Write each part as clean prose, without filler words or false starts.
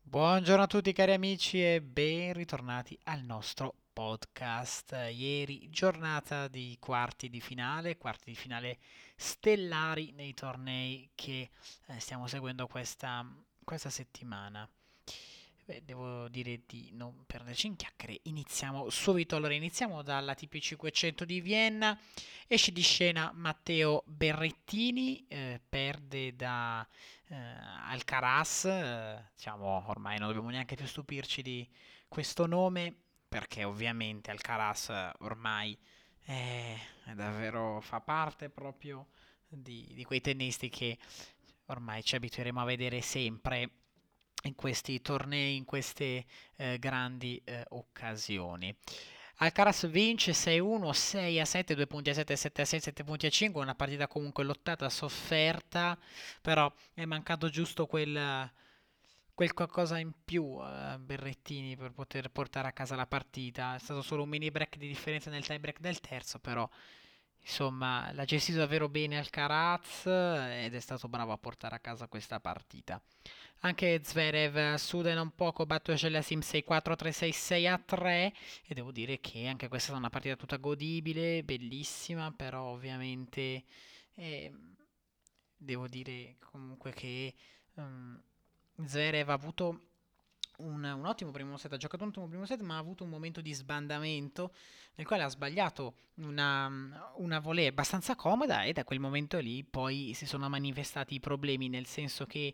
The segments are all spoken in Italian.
Buongiorno a tutti cari amici e ben ritornati al nostro podcast. Ieri giornata di quarti di finale stellari nei tornei che stiamo seguendo questa settimana. Beh, devo dire di non perderci in chiacchiere, iniziamo subito. Allora, iniziamo dalla TP500 di Vienna. Esce di scena Matteo Berrettini, perde da Alcaraz, diciamo ormai non dobbiamo neanche più stupirci di questo nome, perché ovviamente Alcaraz ormai è davvero fa parte proprio di quei tennisti che ormai ci abitueremo a vedere sempre in questi tornei, in queste grandi occasioni. Alcaraz vince 6-1, 6-7, 2 punti a 7, 7 a 6, 7 punti a 5, una partita comunque lottata, sofferta, però è mancato giusto quel qualcosa in più a Berrettini per poter portare a casa la partita. È stato solo un mini break di differenza nel tie break del terzo, però insomma l'ha gestito davvero bene Alcaraz ed è stato bravo a portare a casa questa partita. Anche Zverev suda non poco, batte Sim 6-4, 3-6, 6-3 e devo dire che anche questa è stata una partita tutta godibile, bellissima, però ovviamente eh, devo dire comunque che ehm, Zverev ha avuto un ottimo primo set, ha giocato un ottimo primo set, ma ha avuto un momento di sbandamento nel quale ha sbagliato una volée abbastanza comoda e da quel momento lì poi si sono manifestati i problemi, nel senso che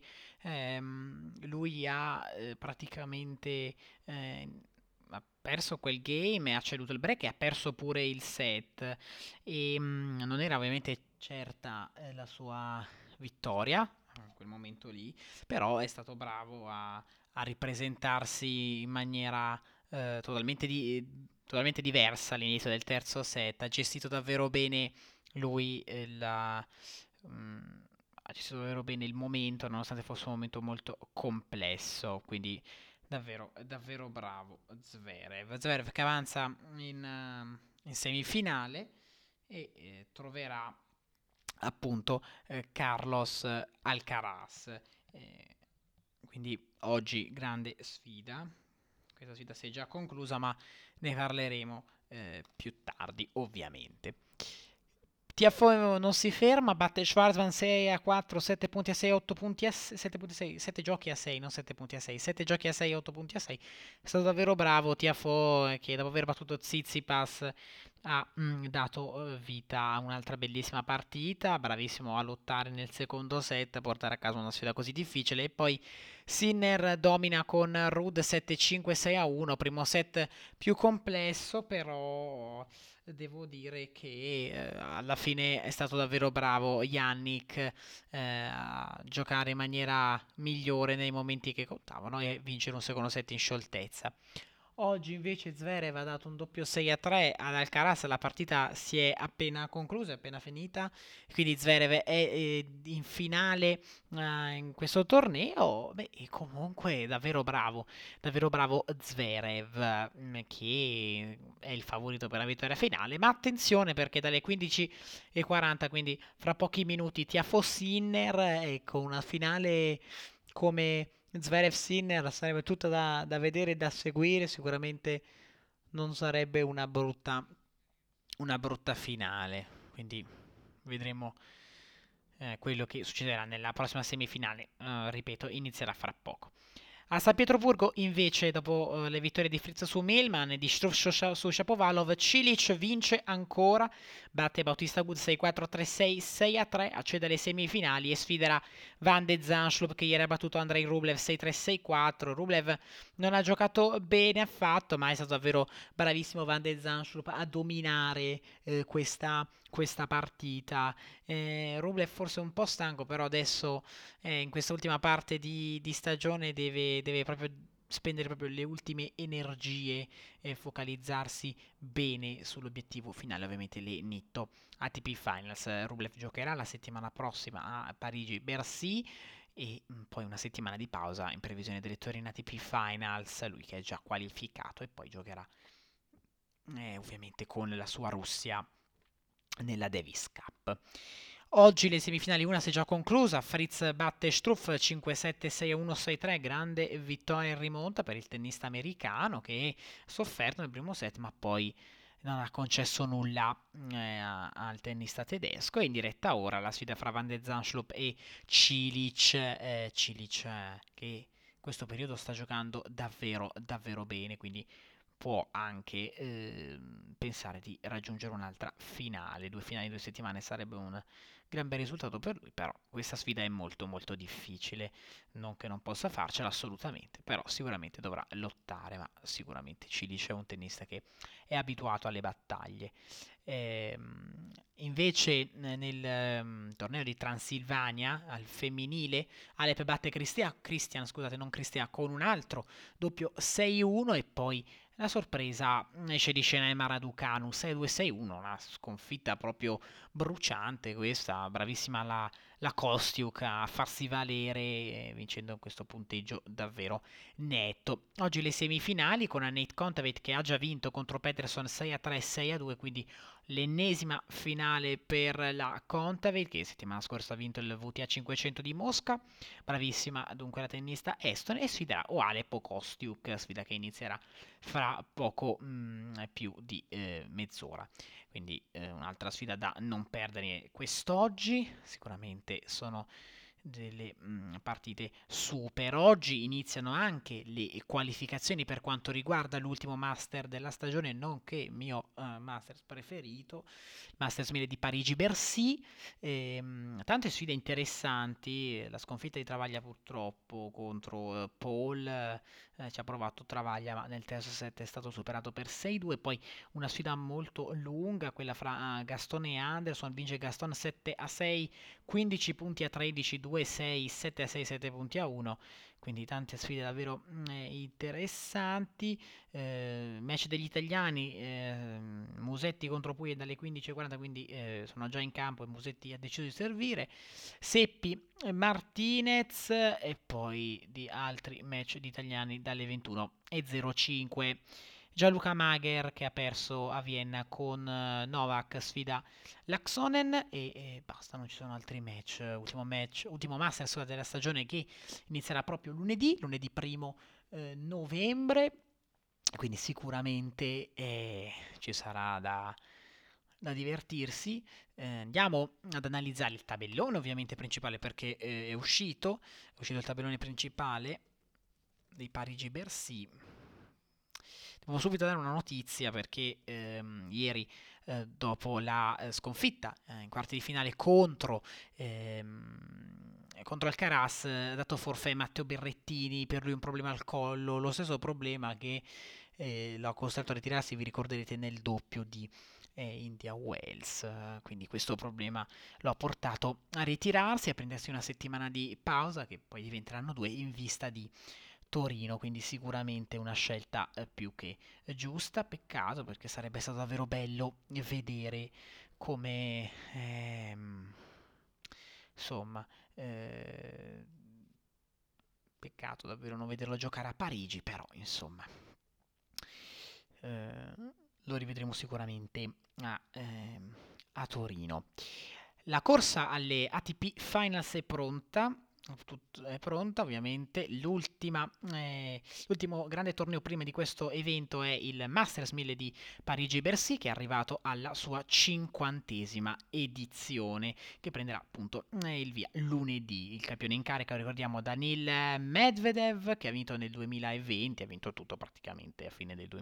lui ha praticamente ha perso quel game e ha ceduto il break e ha perso pure il set e non era ovviamente certa la sua vittoria in quel momento lì, però è stato bravo a ripresentarsi in maniera totalmente diversa all'inizio del terzo set. Ha gestito davvero bene lui mm, ha gestito davvero bene il momento, nonostante fosse un momento molto complesso. Quindi davvero bravo Zverev. Zverev che avanza in semifinale e troverà appunto Carlos Alcaraz. Eh, quindi oggi grande sfida. Questa sfida si è già conclusa, ma ne parleremo più tardi, ovviamente. Tiafoe non si ferma, batte Schwarzman 6 a 4, 7 punti a 6, 8 punti a 6, 7 punti a 6, 7 giochi a 6, non 7 punti a 6, 7 giochi a 6, 8 punti a 6. È stato davvero bravo Tiafoe che dopo aver battuto Tsitsipas ha dato vita a un'altra bellissima partita, bravissimo a lottare nel secondo set, a portare a casa una sfida così difficile e poi Sinner domina con Rudd 7-5, 6-1, primo set più complesso, però devo dire che alla fine è stato davvero bravo Yannick a giocare in maniera migliore nei momenti che contavano e vincere un secondo set in scioltezza. Oggi invece Zverev ha dato un doppio 6-3 ad Alcaraz, la partita si è appena conclusa, è appena finita, quindi Zverev è in finale in questo torneo, beh, e comunque davvero bravo Zverev, che è il favorito per la vittoria finale, ma attenzione perché dalle 15:40, quindi fra pochi minuti, Tiafo Sinner, ecco, una finale come Zverev Sinner sarebbe tutta da vedere e da seguire. Sicuramente non sarebbe una brutta finale. Quindi vedremo quello che succederà nella prossima semifinale. Ripeto, inizierà fra poco. A San Pietroburgo, invece, dopo le vittorie di Fritz su Milman e di Struff su Shapovalov, Cilic vince ancora, batte Bautista Agut 6-4, 3-6, 6-3, accede alle semifinali e sfiderà Van de Zanschlup che ieri ha battuto Andrei Rublev 6-3, 6-4. Rublev non ha giocato bene affatto, ma è stato davvero bravissimo Van de Zanschlup a dominare questa partita. Rublev forse un po' stanco, però adesso in questa ultima parte di stagione deve proprio spendere proprio le ultime energie e focalizzarsi bene sull'obiettivo finale, ovviamente le Nitto ATP Finals. Rublev giocherà la settimana prossima a Parigi-Bercy e poi una settimana di pausa in previsione delle Torino ATP Finals, lui che è già qualificato e poi giocherà ovviamente con la sua Russia nella Davis Cup. Oggi le semifinali, una si è già conclusa, Fritz batte Struff 5-7, 6-1, 6-3, grande vittoria in rimonta per il tennista americano che ha sofferto nel primo set ma poi non ha concesso nulla al tennista tedesco. E in diretta ora la sfida fra Van de Zandschulp e Cilic, che in questo periodo sta giocando davvero davvero bene, quindi può anche pensare di raggiungere un'altra finale. Due finali in 2 settimane sarebbe un gran bel risultato per lui, però questa sfida è molto molto difficile, non che non possa farcela assolutamente, però sicuramente dovrà lottare, ma sicuramente Cilic è un tennista che è abituato alle battaglie. Invece nel torneo di Transilvania al femminile Alep batte Christian, scusate, non Cristian, con un altro doppio 6-1 e poi la sorpresa esce di scena Emma Raducanu 6-2-6-1, una sconfitta proprio bruciante questa, bravissima la Kostiuk a farsi valere vincendo questo punteggio davvero netto. Oggi le semifinali con Nate Kontaveit che ha già vinto contro Peterson 6-3 6-2, quindi l'ennesima finale per la Kontaveit che settimana scorsa ha vinto il WTA 500 di Mosca. Bravissima dunque la tennista estone e sfiderà o Alep o Kostiuk, sfida che inizierà fra poco più di mezz'ora. Quindi un'altra sfida da non perdere quest'oggi, sicuramente sono delle partite super. Oggi iniziano anche le qualificazioni per quanto riguarda l'ultimo Master della stagione, nonché il mio Masters preferito, Masters 1000 di Parigi-Bercy. Tante sfide interessanti, la sconfitta di Travaglia purtroppo contro Paul, ci ha provato Travaglia ma nel terzo set è stato superato per 6-2, poi una sfida molto lunga, quella fra Gaston e Anderson, vince Gaston 7-6, 15 punti a 13, 2-6, 7-6, 7 punti a 1, quindi tante sfide davvero interessanti. Match degli italiani, Musetti contro Puglia dalle 15:40, quindi sono già in campo e Musetti ha deciso di servire. Seppi, Martinez e poi di altri match di italiani dalle 21:05. Gianluca Mager che ha perso a Vienna con Novak, sfida Laxonen e basta, non ci sono altri match. Ultimo Masters della stagione che inizierà proprio lunedì 1 novembre, quindi sicuramente ci sarà da divertirsi. Andiamo ad analizzare il tabellone ovviamente principale perché è uscito il tabellone principale dei Parigi-Bercy. Devo subito dare una notizia perché ieri, dopo la sconfitta in quarti di finale contro Alcaraz, ha dato forfait Matteo Berrettini, per lui un problema al collo, lo stesso problema che lo ha costretto a ritirarsi, vi ricorderete, nel doppio di India-Wales. Quindi questo problema lo ha portato a ritirarsi, a prendersi una settimana di pausa, che poi diventeranno 2 in vista di Torino, quindi sicuramente una scelta più che giusta. Peccato perché sarebbe stato davvero bello vedere come insomma eh, peccato davvero non vederlo giocare a Parigi, però insomma eh, lo rivedremo sicuramente a Torino. La corsa alle ATP Finals è pronta ovviamente. L'ultimo grande torneo prima di questo evento è il Masters 1000 di Parigi-Bercy che è arrivato alla sua 50ª edizione che prenderà appunto il via lunedì. Il campione in carica, ricordiamo, Daniil Medvedev che ha vinto nel 2020, ha vinto tutto praticamente a fine del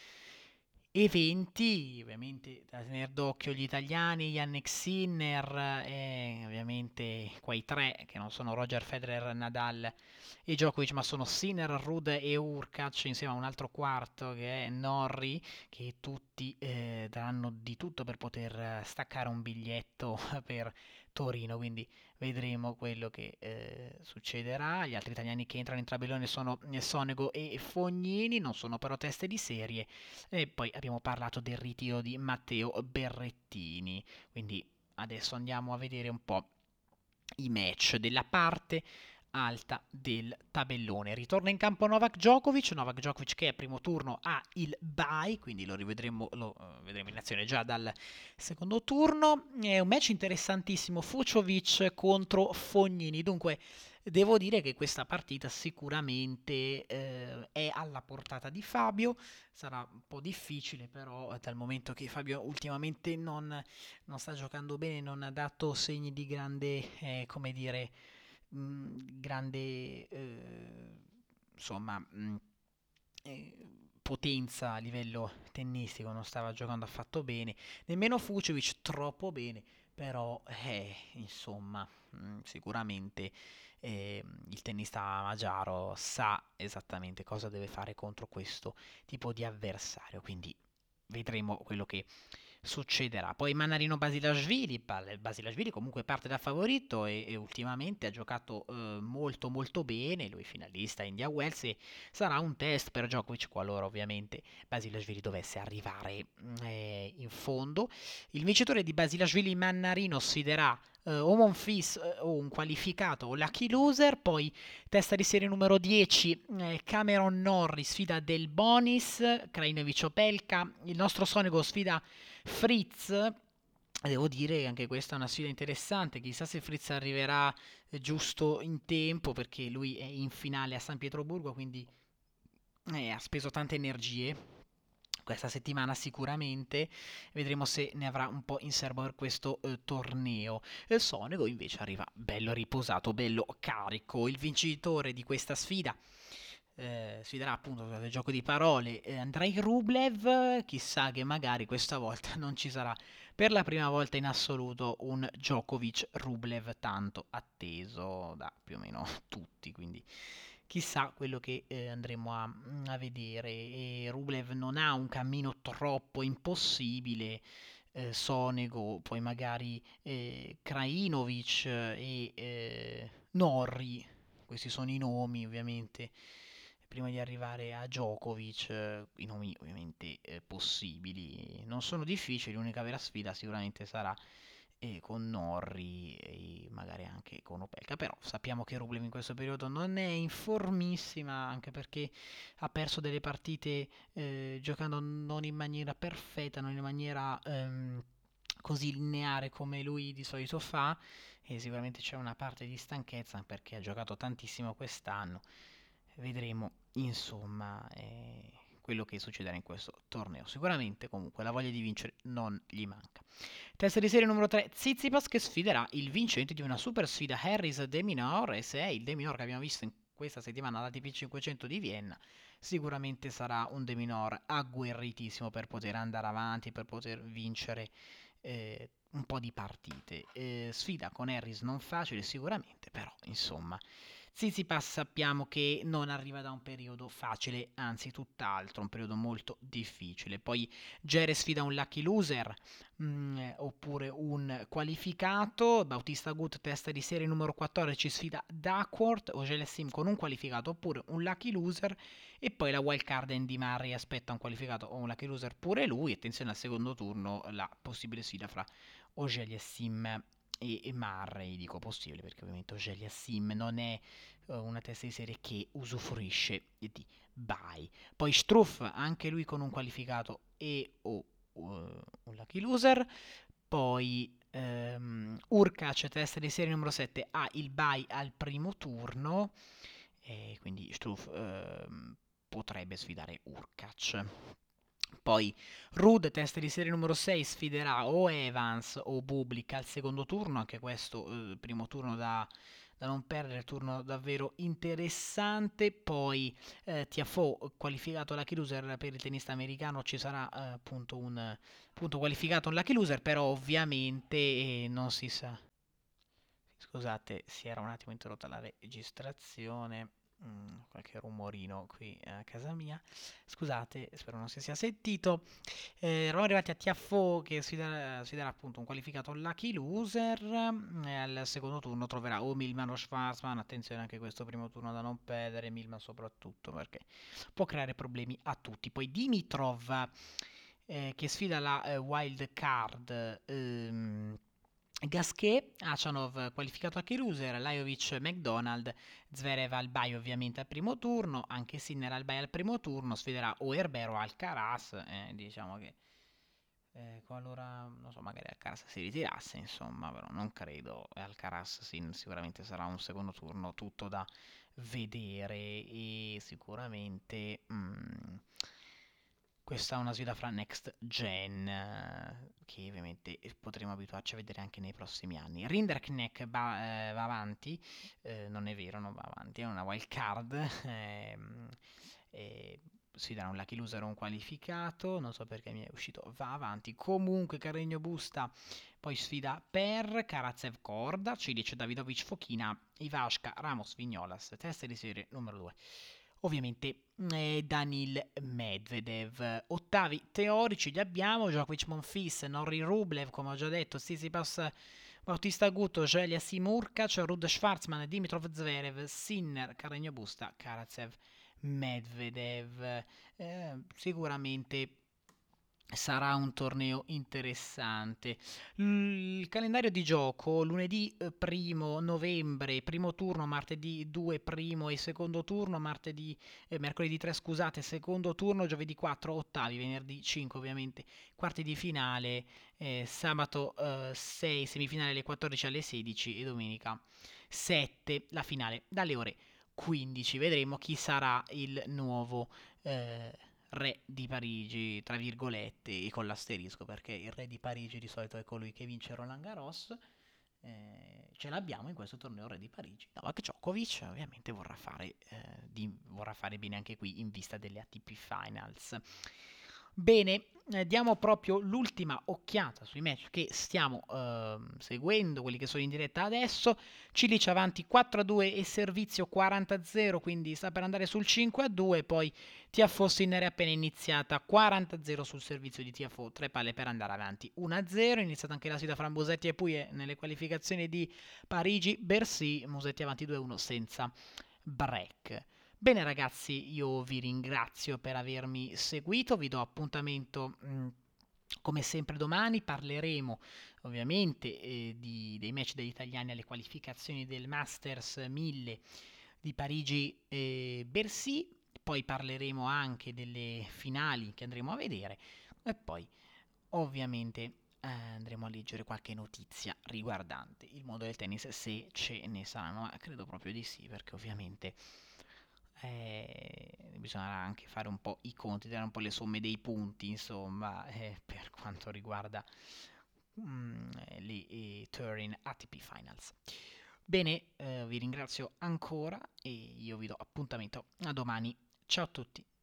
2020, ovviamente da tenere d'occhio gli italiani, Yannick Sinner e ovviamente quei tre che non sono Roger Federer, Nadal e Djokovic, ma sono Sinner, Ruud e Urkac insieme a un altro quarto che è Norri, che tutti daranno di tutto per poter staccare un biglietto per Torino, quindi vedremo quello che succederà. Gli altri italiani che entrano in tabellone sono Sonego e Fognini, non sono però teste di serie. E poi abbiamo parlato del ritiro di Matteo Berrettini. Quindi adesso andiamo a vedere un po' i match della parte alta del tabellone. Ritorna in campo Novak Djokovic che è primo turno ha il bye, quindi vedremo in azione già dal secondo turno. È un match interessantissimo, Fuciovic contro Fognini, dunque devo dire che questa partita sicuramente è alla portata di Fabio, sarà un po' difficile però dal momento che Fabio ultimamente non sta giocando bene, non ha dato segni di grande, come dire, grande, insomma, potenza a livello tennistico, non stava giocando affatto bene, nemmeno Fuciovic troppo bene, però, insomma, sicuramente il tennista magiaro sa esattamente cosa deve fare contro questo tipo di avversario, quindi vedremo quello che succederà. Poi Mannarino Basilashvili comunque parte da favorito e ultimamente ha giocato molto molto bene, lui finalista a India Wells e sarà un test per Djokovic qualora ovviamente Basilashvili dovesse arrivare in fondo. Il vincitore di Basilashvili Mannarino sfiderà o Monfils o un qualificato o Lucky Loser, poi testa di serie numero 10 Cameron Norrie sfida Del Bonis, Krajinovic Opelka, il nostro Sonego sfida Fritz. Devo dire che anche questa è una sfida interessante, chissà se Fritz arriverà giusto in tempo perché lui è in finale a San Pietroburgo, quindi ha speso tante energie questa settimana sicuramente, vedremo se ne avrà un po' in serbo per questo torneo. Sonego invece arriva bello riposato, bello carico, il vincitore di questa sfida sfiderà appunto il gioco di parole Andrei Rublev, chissà che magari questa volta non ci sarà per la prima volta in assoluto un Djokovic Rublev tanto atteso da più o meno tutti, quindi chissà quello che andremo a vedere. E Rublev non ha un cammino troppo impossibile, Sonego, poi magari Krajinovic Norri, questi sono i nomi ovviamente prima di arrivare a Djokovic, i nomi ovviamente possibili. Non sono difficili, l'unica vera sfida sicuramente sarà con Norri e magari anche con Opelka, però sappiamo che Rublev in questo periodo non è in formissima, anche perché ha perso delle partite giocando non in maniera perfetta, non in maniera così lineare come lui di solito fa, e sicuramente c'è una parte di stanchezza perché ha giocato tantissimo quest'anno. Vedremo insomma quello che succederà in questo torneo. Sicuramente comunque la voglia di vincere non gli manca. Testa di serie numero 3 Tsitsipas che sfiderà il vincente di una super sfida Harris De Minaur, e se è il De Minaur che abbiamo visto in questa settimana all'ATP 500 di Vienna, sicuramente sarà un De Minaur agguerritissimo per poter andare avanti, per poter vincere un po' di partite. Sfida con Harris non facile sicuramente, però insomma Tsitsipas sappiamo che non arriva da un periodo facile, anzi tutt'altro, un periodo molto difficile. Poi Gere sfida un lucky loser oppure un qualificato. Bautista Agut, testa di serie numero 14, sfida Duckworth o Sim con un qualificato oppure un lucky loser. E poi la wild card Andy Murray aspetta un qualificato o un lucky loser pure lui. Attenzione al secondo turno, la possibile sfida fra Sim e Murray, dico possibile perché ovviamente Sim non è una testa di serie che usufruisce di bye. Poi Struff, anche lui con un qualificato e o un lucky loser. Poi Urkac, testa di serie numero 7, ha il bye al primo turno e quindi Struff potrebbe sfidare Urkac. Poi Rude, testa di serie numero 6, sfiderà o Evans o Bublik al secondo turno, anche questo primo turno da non perdere, turno davvero interessante. Poi Tiafoe qualificato lucky loser per il tennista americano, ci sarà appunto un punto qualificato un lucky loser, però ovviamente non si sa. Scusate, si era un attimo interrotta la registrazione. Qualche rumorino qui a casa mia. Scusate, spero non si sia sentito. Eravamo arrivati a Tiafoe che sfiderà appunto un qualificato lucky loser. E al secondo turno troverà o Milman o Schwarzman. Attenzione anche questo primo turno da non perdere. Milman soprattutto perché può creare problemi a tutti. Poi Dimitrov che sfida la wild card. Gasquet, Achanov qualificato anche loser, Lajovic, McDonald, Zverev Albay ovviamente al primo turno, anche Sinner Albay al primo turno, sfiderà o Herbert o Alcaraz, diciamo che qualora, non so, magari Alcaraz si ritirasse, insomma, però non credo, e Alcaraz sicuramente sarà un secondo turno tutto da vedere e sicuramente questa è una sfida fra next gen che ovviamente potremo abituarci a vedere anche nei prossimi anni. Rinderknecht va avanti, non è vero, non va avanti, è una wild card. Eh, sfiderà un lucky loser o un qualificato, non so perché mi è uscito, va avanti. Comunque Carregno Busta poi sfida per Karatsev Korda, Cilic, Davidovic Fokina, Ivashka, Ramos, Vignolas, testa di serie numero 2. Ovviamente Danil Medvedev. Ottavi teorici li abbiamo: Djokovic, Monfils, Norri Rublev, come ho già detto, Tsitsipas, Bautista Gutto, Celia Simurkac, Rud Schwarzman, Dimitrov Zverev, Sinner, Carregno Busta, Karatsev, Medvedev. Sicuramente sarà un torneo interessante. Il calendario di gioco: lunedì 1 novembre, primo turno, martedì 2 primo e secondo turno, mercoledì 3 scusate, secondo turno, giovedì 4 ottavi, venerdì 5 ovviamente quarti di finale, sabato 6 semifinale alle 14 alle 16 e domenica 7 la finale dalle ore 15. Vedremo chi sarà il nuovo eh, re di Parigi, tra virgolette, e con l'asterisco, perché il re di Parigi di solito è colui che vince Roland Garros. Ce l'abbiamo in questo torneo re di Parigi. Novak Djokovic ovviamente vorrà fare bene anche qui in vista delle ATP Finals. Bene, diamo proprio l'ultima occhiata sui match che stiamo seguendo, quelli che sono in diretta adesso. Cilic avanti 4-2 e servizio 40-0, quindi sta per andare sul 5-2, poi Tiafoe Sinner è appena iniziata 40-0 sul servizio di Tiafoe, 3 palle per andare avanti 1-0, è iniziata anche la sfida fra Musetti e Pouillet nelle qualificazioni di Parigi-Bercy, Musetti avanti 2-1 senza break. Bene ragazzi, io vi ringrazio per avermi seguito, vi do appuntamento come sempre domani, parleremo ovviamente dei match degli italiani alle qualificazioni del Masters 1000 di Parigi-Bercy, poi parleremo anche delle finali che andremo a vedere e poi ovviamente andremo a leggere qualche notizia riguardante il mondo del tennis se ce ne saranno, ma credo proprio di sì perché ovviamente bisognerà anche fare un po' i conti, dare un po' le somme dei punti, insomma, per quanto riguarda le Turin ATP Finals. Bene, vi ringrazio ancora e io vi do appuntamento a domani. Ciao a tutti.